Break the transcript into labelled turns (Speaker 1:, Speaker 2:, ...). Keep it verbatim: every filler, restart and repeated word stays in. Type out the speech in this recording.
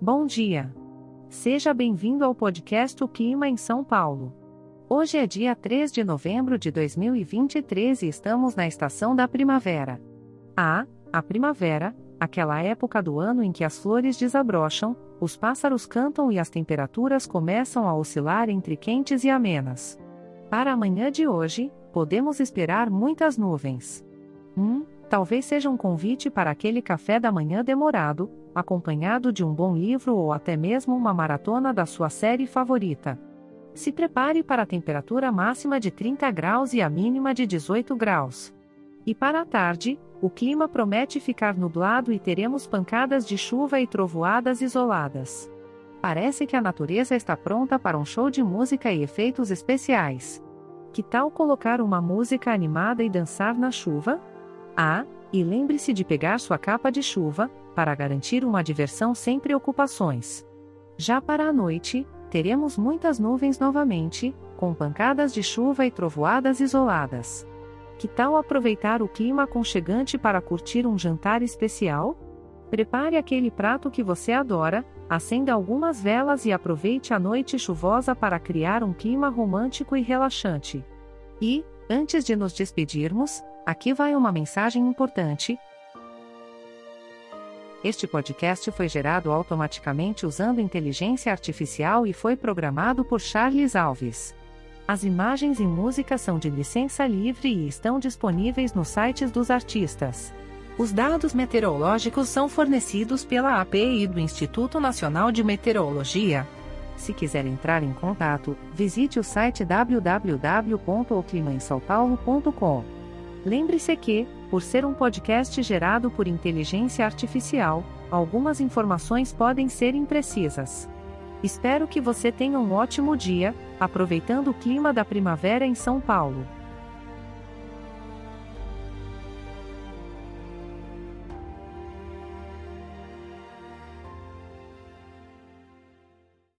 Speaker 1: Bom dia! Seja bem-vindo ao podcast O Clima em São Paulo. Hoje é dia três de novembro de dois mil e vinte e três e estamos na estação da primavera. Ah, a primavera, aquela época do ano em que as flores desabrocham, os pássaros cantam e as temperaturas começam a oscilar entre quentes e amenas. Para a manhã de hoje, podemos esperar muitas nuvens. Hum, talvez seja um convite para aquele café da manhã demorado, acompanhado de um bom livro ou até mesmo uma maratona da sua série favorita. Se prepare para a temperatura máxima de trinta graus e a mínima de dezoito graus. E para a tarde, o clima promete ficar nublado e teremos pancadas de chuva e trovoadas isoladas. Parece que a natureza está pronta para um show de música e efeitos especiais. Que tal colocar uma música animada e dançar na chuva? Ah, e lembre-se de pegar sua capa de chuva, para garantir uma diversão sem preocupações. Já para a noite, teremos muitas nuvens novamente, com pancadas de chuva e trovoadas isoladas. Que tal aproveitar o clima aconchegante para curtir um jantar especial? Prepare aquele prato que você adora, acenda algumas velas e aproveite a noite chuvosa para criar um clima romântico e relaxante. E, antes de nos despedirmos, aqui vai uma mensagem importante. Este podcast foi gerado automaticamente usando inteligência artificial e foi programado por Charles Alves. As imagens e músicas são de licença livre e estão disponíveis nos sites dos artistas. Os dados meteorológicos são fornecidos pela A P I do Instituto Nacional de Meteorologia. Se quiser entrar em contato, visite o site w w w ponto o clima em são paulo ponto com. Lembre-se que, por ser um podcast gerado por inteligência artificial, algumas informações podem ser imprecisas. Espero que você tenha um ótimo dia, aproveitando o clima da primavera em São Paulo.